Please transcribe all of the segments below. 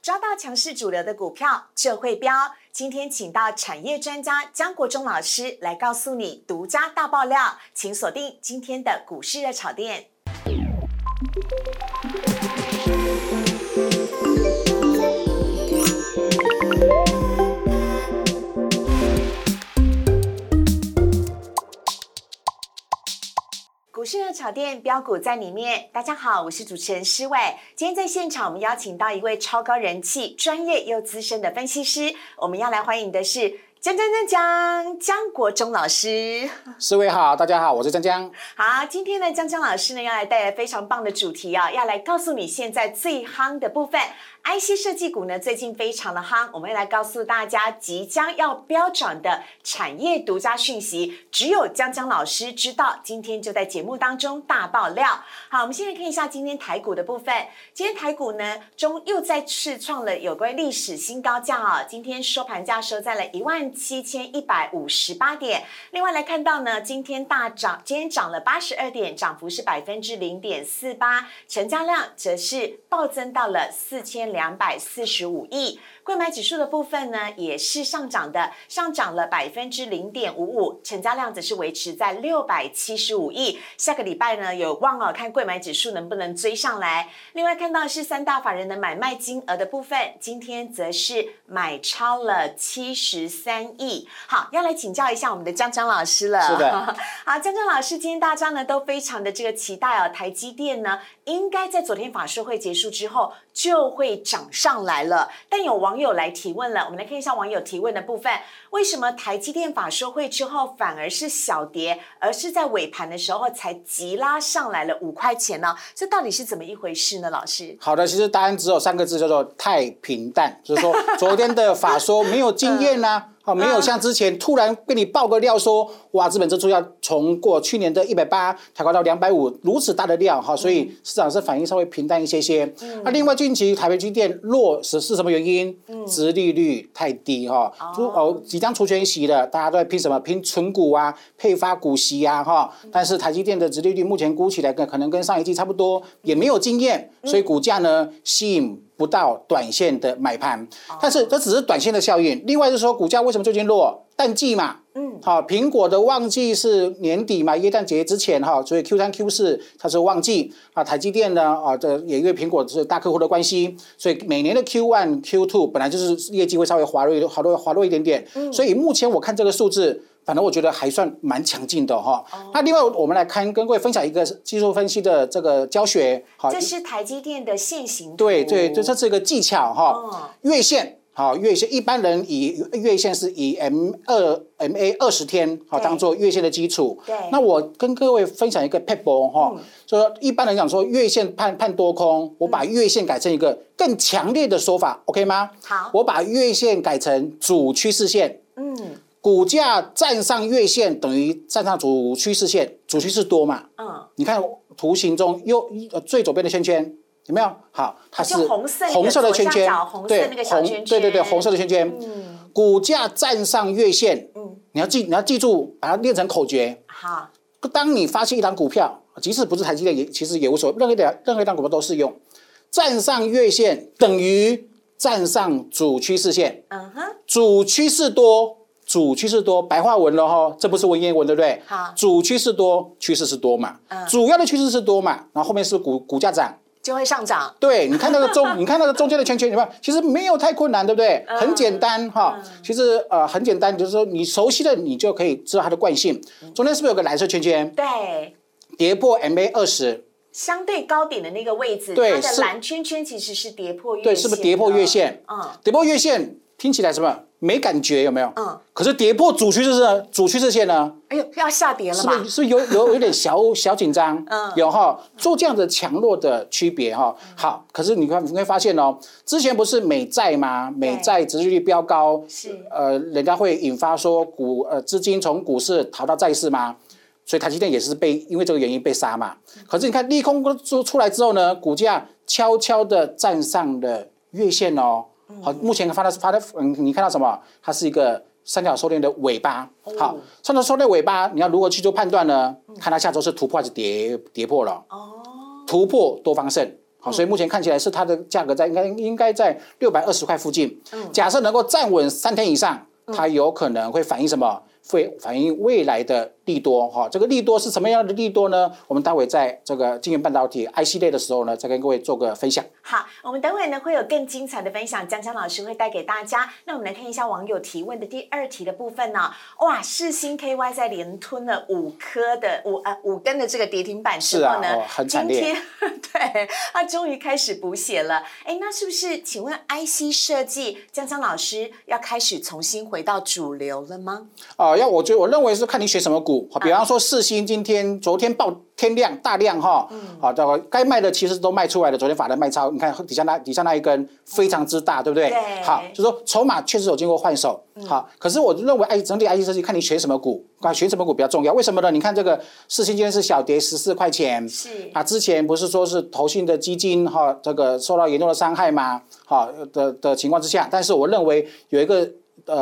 抓到强势主流的股票就会飙。今天请到产业专家江国忠老师来告诉你独家大爆料，请锁定今天的股市热炒店。股市热炒店标股在里面，大家好，我是主持人施伟。今天在现场，我们邀请到一位超高人气、专业又资深的分析师，我们要来欢迎的是江国忠老师。 施伟好，大家好，我是江。 好，今天呢，江老师呢要来带来非常棒的主题啊，要来告诉你现在最夯的部分。IC 设计股呢最近非常的夯，我们要来告诉大家即将要飙涨的产业独家讯息，只有江老师知道，今天就在节目当中大爆料。好，我们先来看一下今天台股的部分。今天台股呢又再次创了有关历史新高价啊，今天收盘价收在了17158点。另外来看到呢，今天大涨，今天涨了82点，涨幅是0.48%，成交量则是暴增到了4245亿。柜买指数的部分呢，也是上涨了0.55%，成交量则是维持在675亿。下个礼拜呢，有望看柜买指数能不能追上来。另外看到是三大法人的买卖金额的部分，今天则是买超了73亿。好，要来请教一下我们的江老师了。 是的， 好，江老师，今天大家呢都非常的期待哦，台积电呢应该在昨天法说会结束之后就会涨上来了，但有网友来提问了，我们来看一下网友提问的部分。为什么台积电法说会之后反而是小跌，而是在尾盘的时候才急拉上来了5块钱呢？这到底是怎么一回事呢？老师， 好的，其实答案只有3个字，叫做太平淡，就是说昨天的法说没有经验啊。没有像之前突然给你爆个料说，哇，资本支出要从过去年的180抬高到250，如此大的量哈，所以市场是反应稍微平淡一些。那另外近期台积电弱是什么原因？殖利率太低哈，即将除权息了，大家都在拼什么？拼存股啊，配发股息啊哈。但是台积电的殖利率目前估起来可能跟上一季差不多，也没有经验，所以股价呢吸引不到短线的买盘，但是这只是短线的效应。另外就是说，股价为什么最近弱？淡季嘛，好，苹果的旺季是年底嘛，耶诞节之前哈，所以 Q3、Q4 它是旺季啊。台积电呢也因为苹果是大客户的关系，所以每年的 Q1、Q2 本来就是业绩会稍微滑落一点点，所以目前我看这个数字，反正我觉得还算蛮强劲的哈。那另外我们来跟各位分享一个技术分析的这个教学，好， 这是台积电的线型图。 对，这是一个技巧哈。月线，好，月线一般人以月线是以 MA 20天好当做月线的基础。 对。 那我跟各位分享一个 paper 哈，说一般人讲说月线判多空，我把月线改成一个更强烈的说法 ，OK 吗？ 好。 我把月线改成主趋势线。股价站上月线等于站上主趋势线，主趋势多嘛？你看图形中最左边的圈圈有没有？好，它是红色的圈圈，对，红色的圈圈。股价站上月线，你要记住，把它练成口诀。 好， 当你发现一档股票，即使不是台积电，其实也无所谓，任何一档股票都适用。站上月线等于站上主趋势线，主趋势多。主趋势多，白话文了哈，这不是文言文，对不对？ 好， 主趋势多，趋势是多嘛，主要的趋势是多嘛，然后后面是股价涨就会上涨。 对，你看那个中间的圈圈，有没有？其实没有太困难，对不对？很简单哈，其实很简单，就是说你熟悉的，你就可以知道它的惯性。中间是不是有个蓝色圈圈？ 对， 跌破 MA 20。 相对高点的那个位置， 对， 它的蓝圈圈其实是跌破月线。 对，是不是跌破月线？跌破月线听起来什么？没感觉有没有？可是跌破主趋势线呢？ 哎呦，要下跌了吧？ 是不是有点小紧张？有哈，做这样的强弱的区别哈。好，可是你会发现哦，之前不是美债吗？美债殖利率飙高， 是人家会引发说资金从股市逃到债市吗？所以台积电也是因为这个原因被杀嘛。可是你看利空出来之后呢，股价悄悄的站上了月线哦。好，目前你看到什么？它是一个三角收敛的尾巴。好，三角收敛尾巴，你要如何去做判断呢？看它下周是突破还是跌破了。突破多方胜。 好，所以目前看起来是它的价格在应该在620块附近。假设能够站稳3天以上，它有可能会反映什么？会反映未来的利多哈，这个利多是什么样的利多呢？我们待会在这个晶圆半导体 IC 类的时候呢，再跟各位做个分享。 好，我们等会呢会有更精彩的分享，江老师会带给大家。那我们来看一下网友提问的第2题的部分呢。哇，世芯 KY 在连吞了5根的这个跌停板之后呢， 很惨烈。 今天对它终于开始补血了。哎，那是不是？请问 IC 设计江老师要开始重新回到主流了吗？ 我认为是看你选什么股，比方说世芯昨天爆天量大量哈，好，这个该卖的其实都卖出来了，昨天法人卖超，你看底下那一根非常之大，对不对？ 对。 好，就是说筹码确实有经过换手，好，可是我认为整体 IC 设计看你选什么股，选什么股比较重要。为什么呢？你看这个世芯今天是小跌14块钱， 是之前不是说是投信的基金哈，这个受到严重的伤害吗？好的情况之下，但是我认为有一个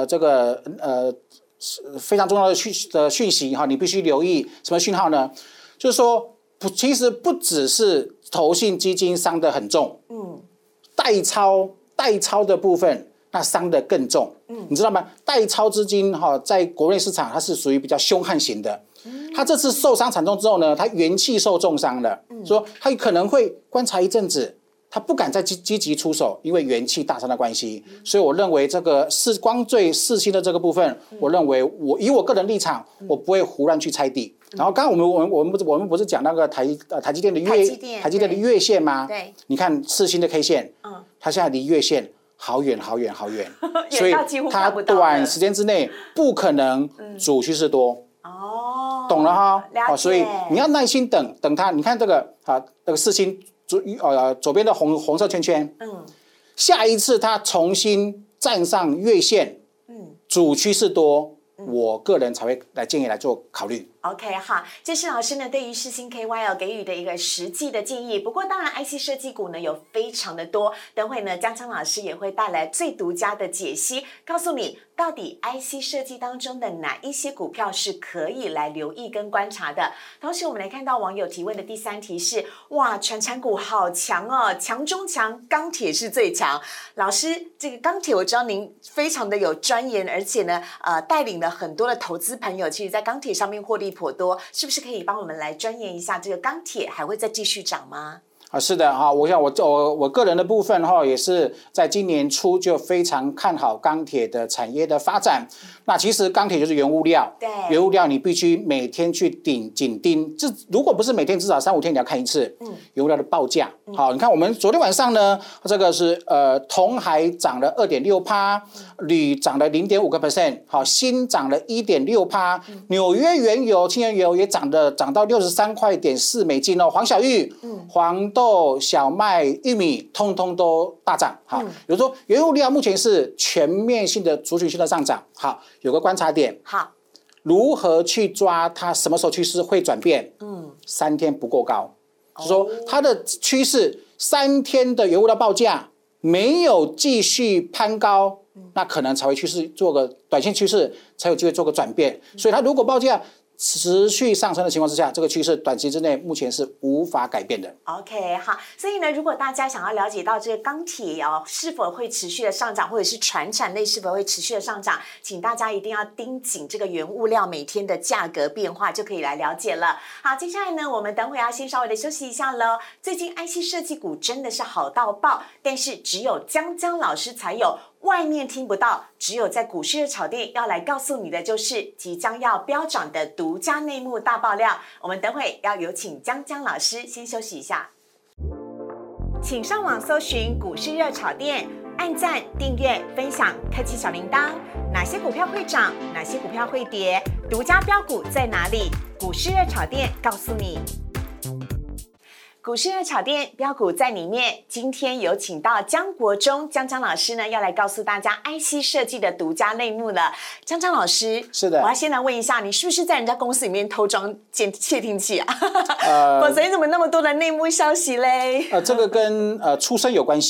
非常重要的讯息哈，你必须留意什么讯号呢？就是说，其实不只是投信基金伤得很重，代抄的部分那伤得更重，你知道吗？代抄资金哈，在国内市场它是属于比较凶悍型的，它这次受伤惨重之后呢，它元气受重伤了，说它可能会观察一阵子。他不敢再积极出手，因为元气大伤的关系，所以我认为这个光最世芯的这个部分，我认为以我个人立场，我不会胡乱去猜底。然后刚刚我们不是讲那个台积电的月线吗？对，你看世芯的 K 线，它现在离月线好远，所以它短时间之内不可能主趋势多。懂了哈，所以你要耐心等它。你看这个世芯。左边的红色圈圈，下一次它重新站上月线，主趋势多，我个人才会建议来做考虑。 OK， 好，这是老师呢对于世芯 KY 给予的一个实际的建议。不过当然 IC 设计股呢有非常的多，等会呢江老师也会带来最独家的解析，告诉你到底 IC 设计当中的哪一些股票是可以来留意跟观察的。同时我们来看到网友提问的第3题是，哇，传产股好强哦，强中强，钢铁是最强。老师，这个钢铁我知道您非常的有专研，而且呢带领了很多的投资朋友，其实在钢铁上面获利颇多，是不是可以帮我们来专研一下这个钢铁还会再继续涨吗？ 是的哈，我想我个人的部分哈，也是在今年初就非常看好钢铁的产业的发展。那其实钢铁就是原物料，对，原物料你必须每天去紧盯，如果不是每天，至少3-5天你要看一次，原物料的报价。好，你看我们昨天晚上呢，这个是铜还涨了2.6%，铝涨了0.5%，好，锌涨了1.6%，纽约原油、轻原油也涨到63.4块美金哦，黄小玉，黄豆、小麦、玉米，通通都大涨。好，比如说原物料目前是全面性的族群性的上涨。好，有个观察点。好，如何去抓它什么时候趋势会转变？3天不够高，就是说它的趋势3天的原物料报价没有继续攀高，那可能才会做个短线趋势，才有机会做个转变。所以它如果报价持续上升的情况之下，这个趋势短期之内目前是无法改变的。 OK， 好，所以呢，如果大家想要了解到这个钢铁是否会持续的上涨，或者是传产类是否会持续的上涨，请大家一定要盯紧这个原物料每天的价格变化，就可以来了解了。好，接下来呢，我们等会要先稍微的休息一下喽。最近 IC 设计股真的是好到爆，但是只有江老师才有。外面听不到，只有在股市热炒店要来告诉你的就是即将要飙涨的独家内幕大爆料。我们等会要有请江老师先休息一下，请上网搜寻股市热炒店，按赞、订阅、分享，开启小铃铛。哪些股票会涨？哪些股票会跌？独家标股在哪里？股市热炒店告诉你。股市热炒店标股在里面，今天有请到江国忠江老师呢，要来告诉大家 IC 设计的独家内幕了。江老师，是的，我要先来问一下，你是不是在人家公司里面偷装窃听器啊？否则你怎么那么多的内幕消息嘞？ 这个跟出身有关系。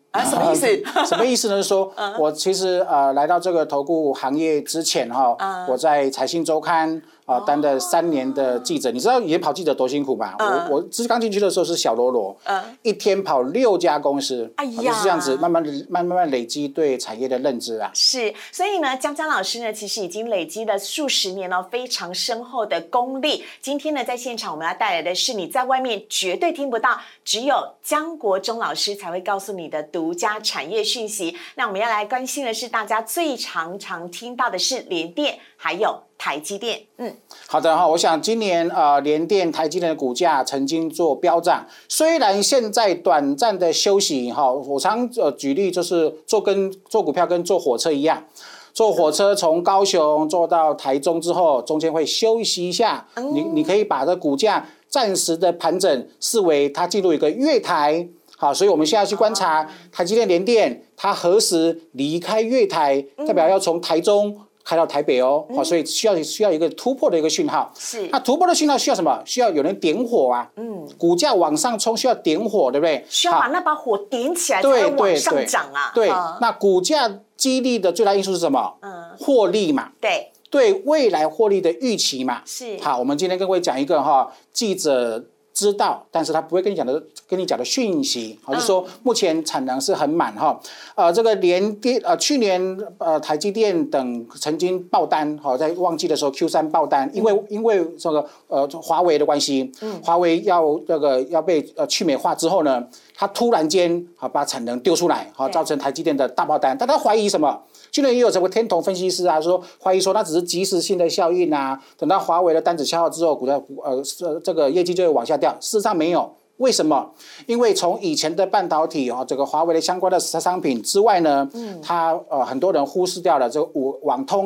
什么意思？ 什么意思呢？说我其实来到这个投顾行业之前我在财信周刊当了3年的记者。你知道以前跑记者多辛苦吧？我刚进去的时候是小喽啰，一天跑6家公司，就是这样子慢慢累积对产业的认知啊。 是，所以呢，江老师呢，其实已经累积了数十年非常深厚的功力。今天呢，在现场我们要带来的是你在外面绝对听不到，只有江国忠老师才会告诉你的独家产业讯息。那我们要来关心的是大家最常听到的是联电还有台积电。 好的我想今年联电、台积电的股价曾经做飙涨，虽然现在短暂的休息我常举例就是做股票跟坐火车一样。坐火车从高雄坐到台中之后，中间会休息一下，你可以把这股价暂时的盘整视为它进入一个月台。好，所以我们现在去观察台积电、联电，它何时离开月台，代表要从台中开到台北所以需要一个突破的一个讯号。 是， 那突破的讯号需要什么？需要有人点火啊。股价往上冲需要点火，对不对？ 需要把那把火点起来才会往上涨啊。 对，那股价激励的最大因素是什么？获利嘛。对未来获利的预期嘛。 是。 好，我们今天跟各位讲一个记者知道，但是他不会跟你讲的讯息，就是说目前产能是很满这个联电去年台积电等曾经爆单在旺季的时候 Q3 爆单，因为这个华为的关系，华为要被去美化之后呢，他突然间把产能丢出来造成台积电的大爆单，但他怀疑什么？去年也有这个天同分析师说怀疑说那只是即时性的效应等到华为的单子消耗之后，股价这个业绩就会往下掉。事实上没有，为什么？因为从以前的半导体这个华为的相关的商品之外呢，它很多人忽视掉了这个网通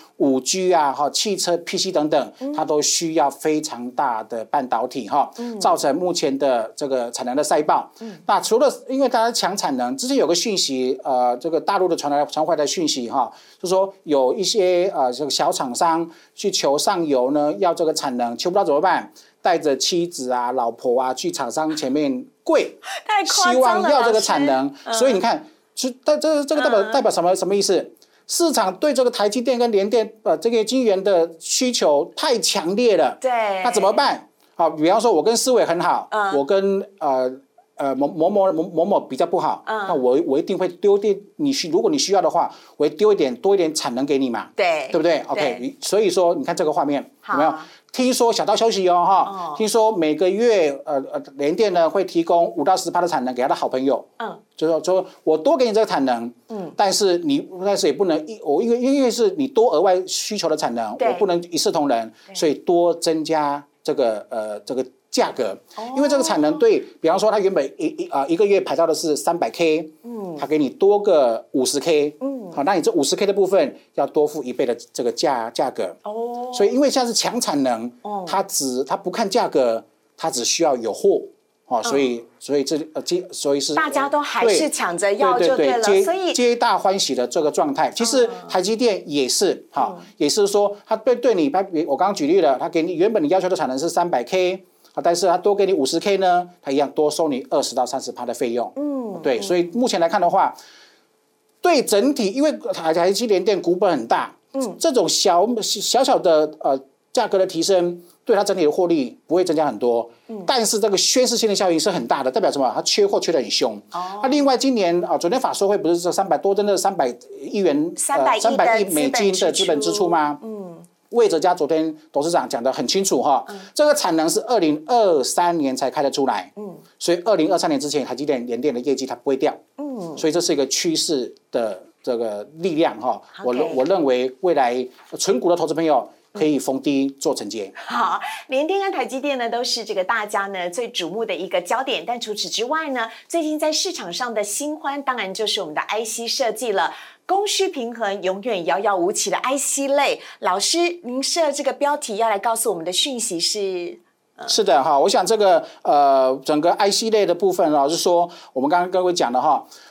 5G 汽车 PC 等等，它都需要非常大的半导体造成目前的这个产能的塞爆。那除了因为大家抢产能，之前有个讯息这个大陆的传回来的讯息就是说有一些这个小厂商去求上游呢，要这个产能，求不到怎么办？带着妻子老婆去厂商前面跪，希望要这个产能。所以你看，这个代表什么意思？市场对这个台积电跟联电这个晶圆的需求太强烈了。 对， 那怎么办？比方说我跟思伟很好，我跟某某比较不好，那我一定会丢点如果你需要的话，我会多一点产能给你嘛，对不对 ？OK， 所以说你看这个画面有没有？听说小道消息听说每个月联电呢会提供5到10%的产能给他的好朋友，就是说我多给你这个产能，但是也不能因为是你多额外需求的产能，我不能一视同仁，所以多增加这个价格，因为这个产能比方说它原本一个月排到的是300K，它给你多个50K，好，那你这50K 的部分要多付1倍的这个价格，所以因为像是强产能，它不看价格，它只需要有货，所以是大家都还是抢着要就对了，所以皆大欢喜的这个状态。其实台积电也是，也是说它对你，我刚刚举例了，它给你原本你要求的产能是300K。但是它多给你50K 呢，它一样多收你20到30%的费用。对，所以目前来看的话，对整体，因为台积联电股本很大，这种小的价格的提升，对它整体的获利不会增加很多。但是这个宣示性的效应是很大的，代表什么？它缺货缺得很凶。那另外今年昨天法说会不是这300多的300亿元300亿美金的资本支出吗？魏哲家昨天董事长讲得很清楚这个产能是2023年才开得出来，所以2023年之前台积电联电的业绩它不会掉，所以这是一个趋势的这个力量我认为未来纯股的投资朋友可以逢低做承接。 好，联电跟台积电呢都是这个大家呢最瞩目的一个焦点，但除此之外呢，最近在市场上的新欢当然就是我们的 IC 设计了。供需平衡永远遥遥无期的 IC 类，老师您设这个标题要来告诉我们的讯息是？ 是的我想这个整个 IC 类的部分是说我们刚刚跟各位讲的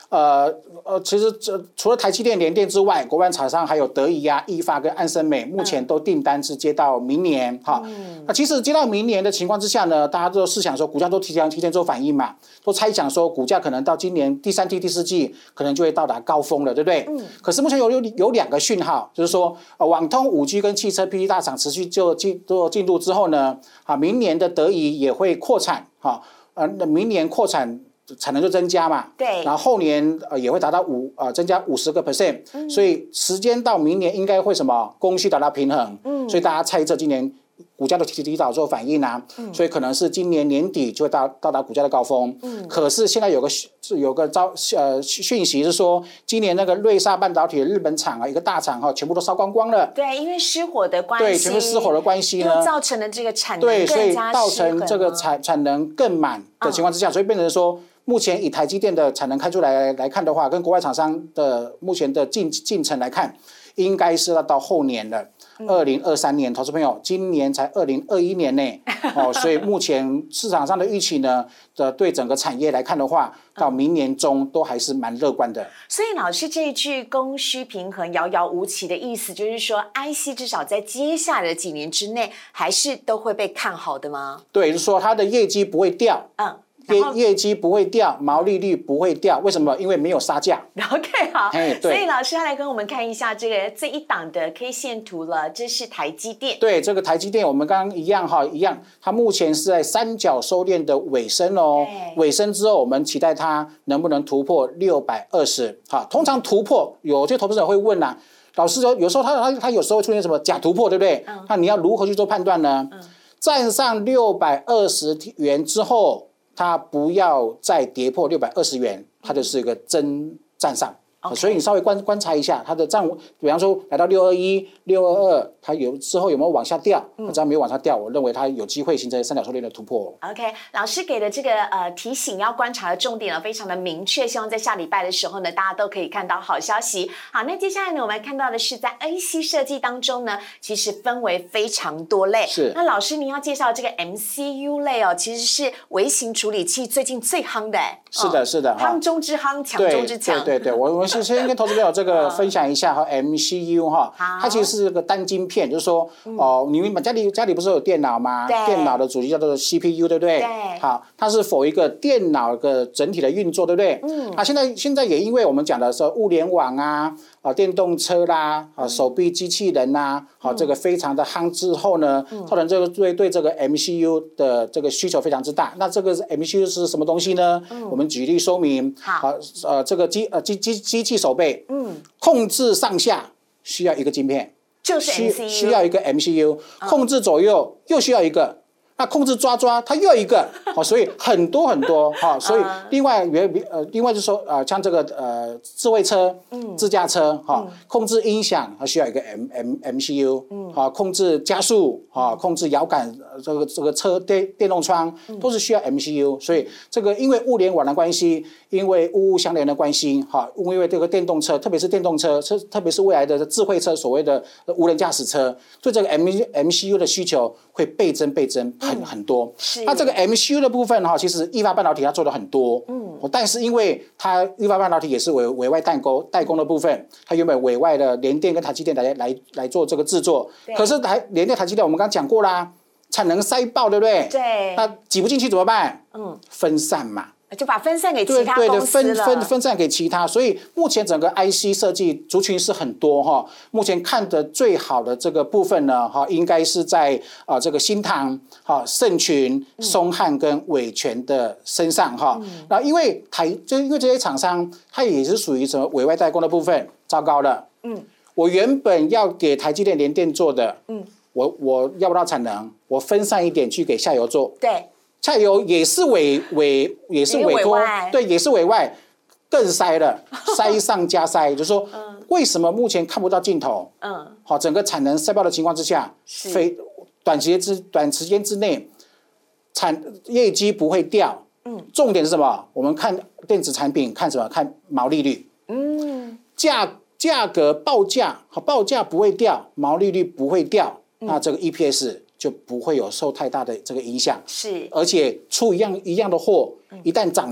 其实除了台积电、联电之外，国外厂商还有德仪啊、意法跟安森美，目前都订单是接到明年哈。那其实接到明年的情况之下呢，大家都是想说股价都提前做反应嘛，都猜想说股价可能到今年第3季、第4季可能就会到达高峰了，对不对？可是目前有2个讯号，就是说网通、5G 跟汽车 PC 大厂持续做进度之后呢，明年的德仪也会扩产哈，那明年扩产。产能就增加嘛， 对， 然后后年也会达到增加50%，所以时间到明年应该会什么供需达到平衡，所以大家猜测今年股价的提早做反应啊，所以可能是今年年底就会到达股价的高峰，可是现在有个讯息是说，今年那个瑞萨半导体的日本厂一个大厂全部都烧光了， 对，因为失火的关系， 对，全部失火的关系呢， 又造成了这个产能对，所以更加造成这个产能更满的情况之下，所以变成说。目前以台积电的产能开出来看的话，跟国外厂商的目前的进程来看，应该是要到后年了，2023年。投资朋友，今年才2021年呢，所以目前市场上的预期呢，对整个产业来看的话，到明年中都还是蛮乐观的。 所以老师这一句供需平衡遥遥无期的意思，就是说 IC 至少在接下来的几年之内，还是都会被看好的吗？ 对，就是说它的业绩不会掉。业绩不会掉，毛利率不会掉，为什么？因为没有杀价。 OK， 好，所以老师要来跟我们看一下这一档的 K 线图了，这是台积电。 对，这个台积电我们刚刚一样，它目前是在三角收敛的尾声哦，尾声之后我们期待它能不能突破620。好，通常突破，有些投资者会问啦，老师有时候它有时候出现什么假突破，对不对？那你要如何去做判断呢？站上620元之后。它不要再跌破620元，它就是一个真站上。所以你稍微观察一下它的站，比方说来到621、622，它之后有没有往下掉？只要没有往下掉，我认为它有机会形成三角收敛的突破。 OK， 老师给的这个提醒要观察的重点非常的明确，希望在下礼拜的时候呢，大家都可以看到好消息。好，那接下来呢，我们看到的是在 IC 设计当中呢，其实分为非常多类。 是。 那老师您要介绍这个 MCU 类其实是微型处理器最近最夯的。 是的，是的， 夯中之夯，强中之强。 对，我们先跟投资朋友这个分享一下MCU 它其实是个单晶片，就是说你们家里不是有电脑吗？电脑的主机叫做 CPU， 对不对？ 对。 好，它是否一个电脑的整体的运作，对不对？现在也因为我们讲的是物联网电动车啦，手臂机器人啦，这个非常的夯之后呢，造成这个对这个 MCU 的这个需求非常之大。那这个 MCU 是什么东西呢？我们举例说明。好，这个机器手背，控制上下需要一个晶片， 就是 MCU， 需要一个 MCU，控制左右又需要一个。那控制抓它又一个，所以很多，所以另外就是说像这个智慧车、自驾车控制音响它需要一个 MCU，控制加速控制摇杆这个车电动窗都是需要 MCU， 所以这个因为物联网的关系，因为物相连的关系因为这个电动车，特别是电动车，特别是未来的智慧车，所谓的无人驾驶车，对这个 MCU 的需求会倍增很多。那这个 MCU 的部分其实意法半导体它做的很多，但是因为它意法半导体也是委外代工的部分，它原本委外的联电跟台积电来做这个制作，可是联电台积电我们刚刚讲过啦，产能塞爆，对不对？ 对。 那挤不进去怎么办？分散嘛。 就把分散给其他公司了， 分散给其他，所以目前整个 IC 设计族群是很多目前看的最好的这个部分呢应该是在这个新唐盛群、松汉跟伟全的身上那因为这些厂商它也是属于什么委外代工的部分，糟糕了，我原本要给台积电联电做的，我要不到产能，我分散一点去给下游做， 对。 下游也是委托，对，也是委外，更塞了，塞上加塞，就是说，为什么目前看不到尽头？整个产能塞爆的情况之下，短时间之内，业绩不会掉。重点是什么？我们看电子产品，看什么？看毛利率。价格报价不会掉，毛利率不会掉，那这个 EPS。就不会有受太大的这个影响， 是， 而且出一样的货，一旦涨价，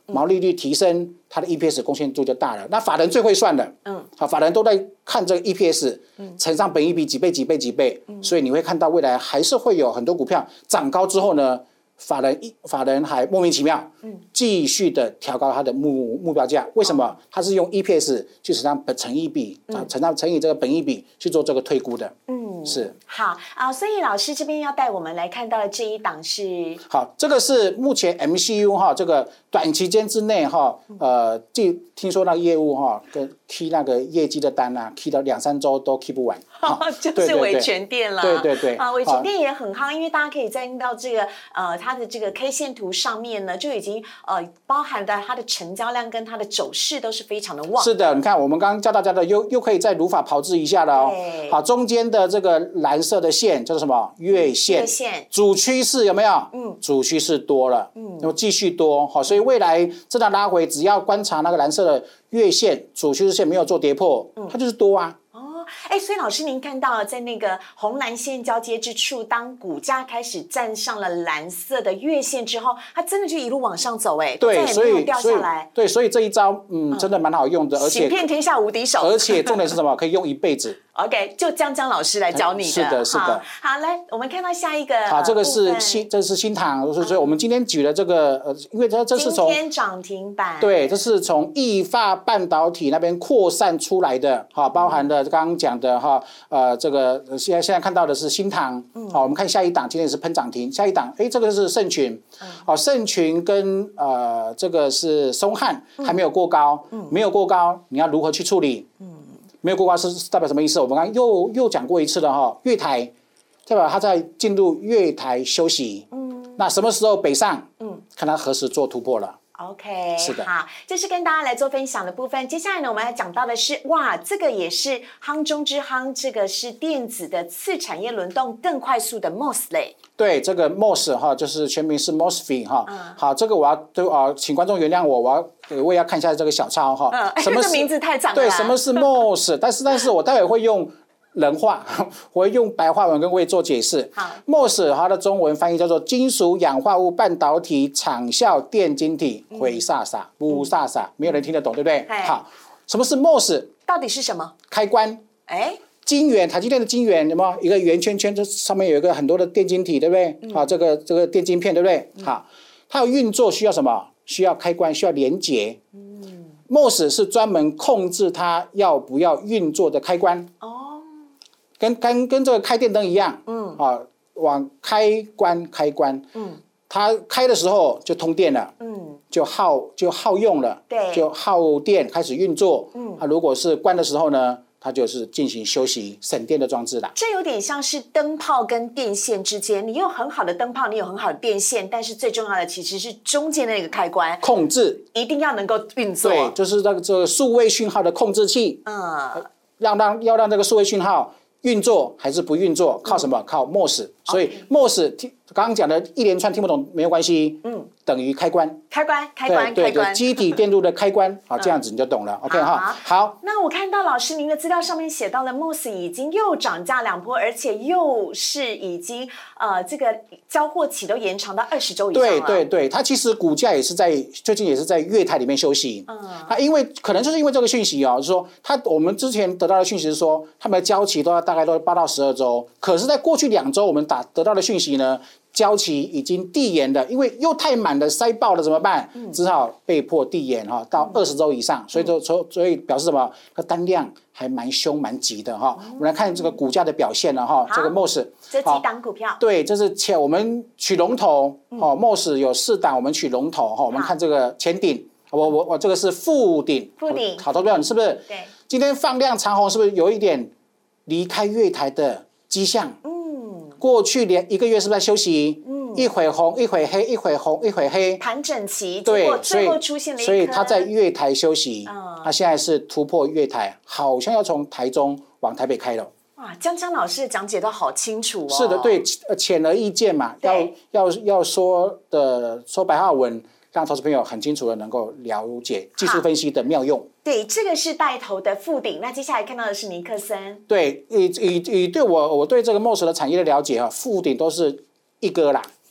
毛利率提升，它的 EPS 贡献度就大了。那法人最会算的，好，法人都在看这个 EPS，乘上本益比几倍几倍几倍，所以你会看到未来还是会有很多股票涨高之后呢，法人还莫名其妙，继续的调高它的目标价。为什么？它是用 EPS 去乘益比，乘以这个本益比去做这个推估的。是好啊，所以老师这边要带我们来看到的这一档是好，这个是目前 MCU 哈，这个短期间之内哈，听说那个业务哈，跟 key 那个业绩的单啊 ，key 到2-3周都 key 不完， 就是伟全电了， 对啊，伟全电也很夯，因为大家可以在到这个它的这个 K 线图上面呢，就已经包含的它的成交量跟它的走势都是非常的旺。 是的，你看我们刚刚教大家的又可以再如法炮制一下了哦。好，中间的这个蓝色的线叫做什么？月线。主趋势有没有？主趋势多了，那么继续多，好，所以未来这档拉回，只要观察那个蓝色的月线主趋势线没有做跌破，它就是多啊。 所以老师您看到在那个红蓝线交接之处，当股价开始站上了蓝色的月线之后，它真的就一路往上走， 对， 再也没有掉下来。 对，所以这一招真的蛮好用的，而且行遍天下无敌手。 而且重点是什么？可以用一辈子。 OK， 就江老师来教你的。 是的。 好，来，我们看到下一个。 好，这是新唐，所以我们今天举了这个因为这是从今天涨停板。 对，这是从意法半导体那边扩散出来的，好，包含的刚刚讲的这个现在看到的是新唐，好，我们看下一档，今天也是喷涨停，下一档，这个是盛群，好，盛群跟这个是松汉还没有过高，没有过高，你要如何去处理？没有过高是代表什么意思？我们刚刚又讲过一次了月台代表它在进入月台休息，那什么时候北上？看它何时做突破了。 OK， 是的， 好，这是跟大家来做分享的部分。接下来呢，我们要讲到的是，哇，这个也是夯中之夯，这个是电子的次产业轮动更快速的 MOS 类。 对，这个 MOS 就是全名是 MOSFET 好，这个我要请观众原谅我也要看一下这个小抄什么名字太长了。 对，什么是 MOS？ 但是我待会会用人话，我会用白话文跟各位做解释。MOS 它的中文翻译叫做金属氧化物半导体场效电晶体，回飒飒不飒飒，没有人听得懂，对不对？好，什么是 MOS？ 到底是什么？ 开关。晶圆，台积电的晶圆有没有一个圆圈圈？这上面有一个很多的电晶体，对不对？好，这个电晶片，对不对？好，它有运作需要什么？需要开关，需要连结。MOS 是专门控制它要不要运作的开关。跟这个开电灯一样。往开关，它开的时候就通电了。就耗用了。对，就耗电开始运作。如果是关的时候呢？它就是进行休息省电的装置啦。 这有点像是灯泡跟电线之间，你有很好的灯泡，你有很好的电线，但是最重要的其实是中间的那个开关控制， 一定要能够运作。 对，就是这个数位讯号的控制器。要让这个数位讯号运作还是不运作，靠什么？靠 MOS。所以 MOS 刚刚讲的一连串听不懂没有关系。等于开关，对，机体电路的开关，好，这样子你就懂了。OK 好。 那我看到老师您的资料上面写到了 MOS 已经又涨价2波，而且又是已经这个交货期都延长到20周以上了。 对，它其实股价最近也是在月台里面休息。它可能就是因为这个讯息就是说我们之前得到的讯息是说，他们的交期大概都8到12周，可是在过去2周我们得到的讯息呢？交期已经递延了，因为又太满了，塞爆了怎么办？只好被迫递延到20周以上，所以表示什么？它单量还蛮凶蛮急的我们来看这个股价的表现了这个 MOS 这几档股票， 对，这是我们取龙头MOS 有4档，我们取龙头我们看这个前顶，我这个是副顶，好，投标你是不是？对，今天放量长红，是不是有一点离开月台的迹象？过去连1个月是不是在休息？一会红一会黑，一会红一会黑， 盘整齐。 对， 最后出现了一颗， 所以它在月台休息。它现在是突破月台，好像要从台中往台北开了。 哇，江老师的讲解都好清楚是的，对，显而易见嘛。要说白话文，让投资朋友很清楚的能够了解技术分析的妙用。 对，这个是带头的富鼎，那接下来看到的是尼克森。 对，对我对这个 MOS 的产业的了解富鼎都是一哥啦。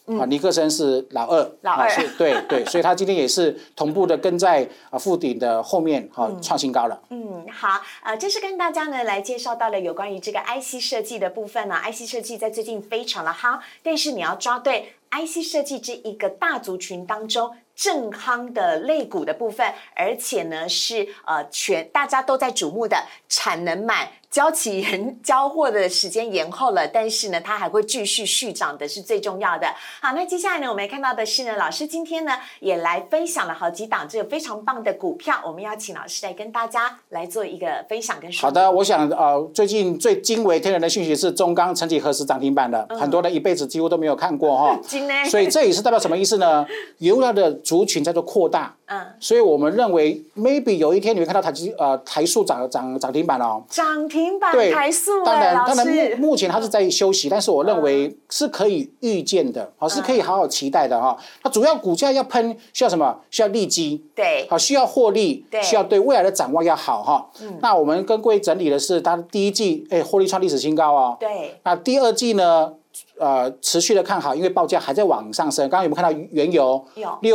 尼克森是老二，对，所以他今天也是同步的跟在富鼎的后面创新高了。 好，这是跟大家呢来介绍到了有关于这个 IC 设计的部分呢。IC 设计在最近非常的夯，但是你要抓对 IC 设计这一个大族群当中正夯的类股的部分，而且呢是大家都在瞩目的产能满。交期交货的时间延后了，但是呢，它还会继续续涨的是最重要的。好，那接下来呢，我们看到的是呢，老师今天呢也来分享了好几档这个非常棒的股票，我们要请老师来跟大家来做一个分享跟说明。 好的，我想最近最惊为天人的讯息是中钢曾几何时涨停板的，很多人一辈子几乎都没有看过哈。所以这也是代表什么意思呢？原料的族群在做扩大。所以我们认为 maybe 有一天你会看到台塑涨停板哦。 涨停板台塑， 当然目前它是在休息，但是我认为是可以预见的，是可以好好期待的哈。它主要股价要喷，需要什么？需要利基， 对， 需要获利，需要对未来的展望要好哈。那我们跟各位整理的是它第一季获利创历史新高哦。 对， 那第二季呢？持续的看好，因为报价还在往上升。刚刚有没有看到原油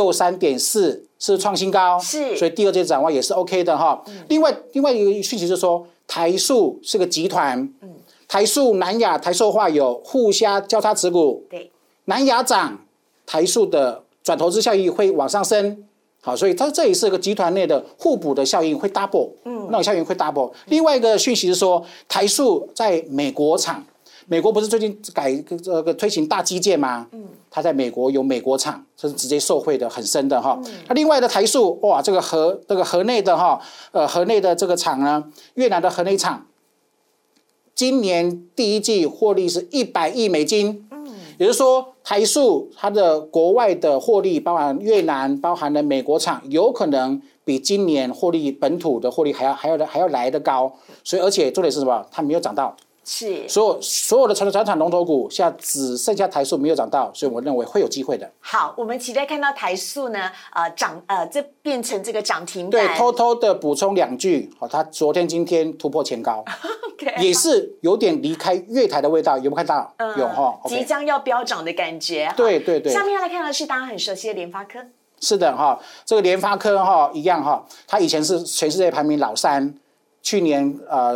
63.4是创新高， 是， 所以第二季展望也是 OK 的哈。另外一个讯息就是说，台塑是个集团，台塑、南亚、台塑化有互相交叉持股， 对， 南亚涨，台塑的转投资效益会往上升。好，所以它这也是个集团内的互补的效应会 double，那种效应会 double。另外一个讯息是说，台塑在美国厂。美国不是最近推行大基建吗？它在美国有美国厂，这是直接受惠的很深的哈。那另外的台塑，哇，这个河内的河内的这个厂呢，越南的河内厂，今年第一季获利是100亿美金。也就是说，台塑它的国外的获利，包含越南、包含了美国厂，有可能比今年获利本土的获利还要来得高。所以，而且重点是什么？它没有涨到。 是所有的传产龙头股，现在只剩下台塑没有涨到，所以我认为会有机会的。 好，我们期待看到台塑呢，这变成这个涨停板。 对，偷偷的补充2句，它昨天、今天突破前高，也是有点离开月台的味道，有没有看到？有哈， 即将要飙涨的感觉。 对。 下面要来看的是大家很熟悉的联发科。 是的哈，这个联发科一样哈，它以前是全世界排名老3。去年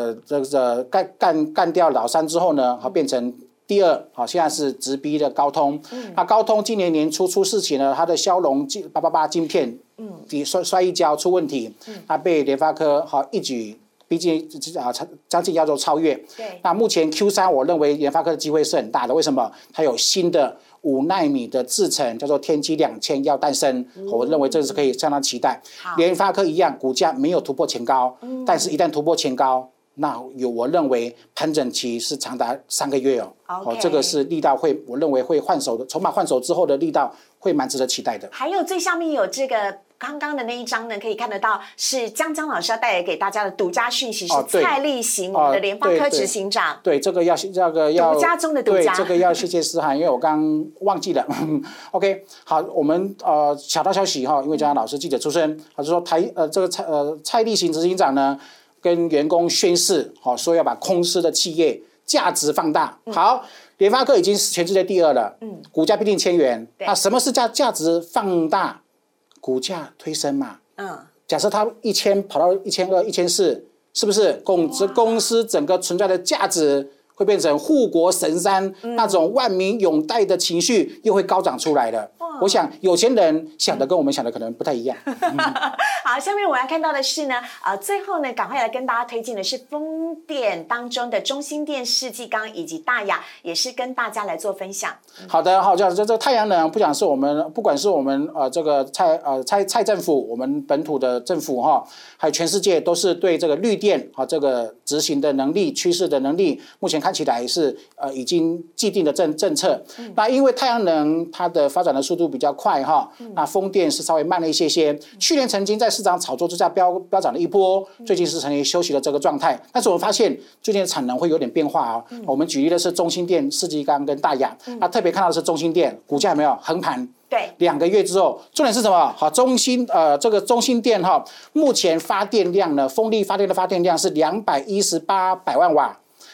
干掉老3之后呢，变成第2，现在是直逼的高通。那高通今年年初出事情呢，它的骁龙888晶片摔一跤出问题，它被联发科一举逼近将近要做超越。 对， 那目前 Q3 我认为联发科的机会是很大的，为什么？它有新的5奈米的制程，叫做天玑2000要诞生，我认为这是可以相当期待。联发科一样，股价没有突破前高，但是一旦突破前高，那我认为盘整期是长达3个月这个是力道会，我认为会换手的，筹码换手之后的力道会蛮值得期待的。 还有最下面有这个。刚刚的那一张呢，可以看得到是江老师要带来给大家的独家讯息，是蔡力行，我们的联发科执行长。 对，这个要独家中的独家。 对，这个要谢谢思涵，因为我刚忘记了。OK， 好，我们小道消息因为江老师记者出身，他就说蔡力行执行长呢跟员工宣誓，说要把公司的企业价值放大。好，联发科已经是全世界第2了，股价逼近1000元。那什么是价值放大？股价推升嘛，假设它1000跑到1200、1400，是不是公司整个存在的价值会变成护国神山，那种万民拥戴的情绪又会高涨出来的。我想有钱人想的跟我们想的可能不太一样。 好，下面我要看到的是呢，最后呢，赶快来跟大家推荐的是风电当中的中兴电、世纪钢以及大亚，也是跟大家来做分享。 好的，好，这个太阳能，不管是我们这个蔡政府，我们本土的政府还有全世界都是对这个绿电这个执行的能力、趋势的能力，目前看起来是已经既定的政策。那因为太阳能它的发展的速度比较快那风电是稍微慢了一些。去年曾经在市场炒作之下飙涨了一波，最近是呈现休息的这个状态。但是我们发现最近的产能会有点变化我们举例的是中兴电、世纪钢跟大亚，那特别看到的是中兴电，股价有没有横盘？ 对 ，2个月之后，重点是什么？好，这个中兴电目前发电量呢，风力发电的发电量是218百万瓦。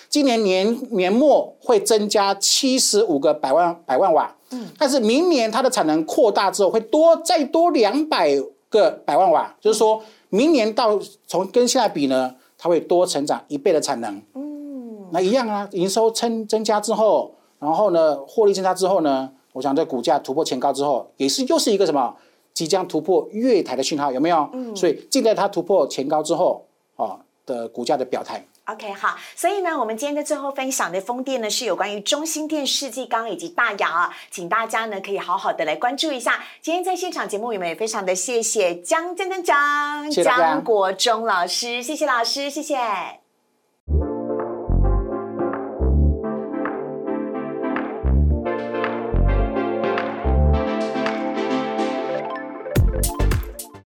今年年末会增加75个百万瓦，但是明年它的产能扩大之后会再多200个百万瓦，就是说明年跟现在比呢，它会多成长1倍的产能。那一样啊，营收增加之后，然后呢，获利增加之后呢，我想这股价突破前高之后，又是一个什么即将突破月台的讯号，有没有？所以静待它突破前高之后的股价的表态。 OK， 好，所以呢，我们今天的最后分享的风电呢，是有关于中兴电、世纪钢以及大亚啊，请大家呢可以好好的来关注一下。今天在现场节目，我们也非常的谢谢江国忠老师，谢谢老师，谢谢。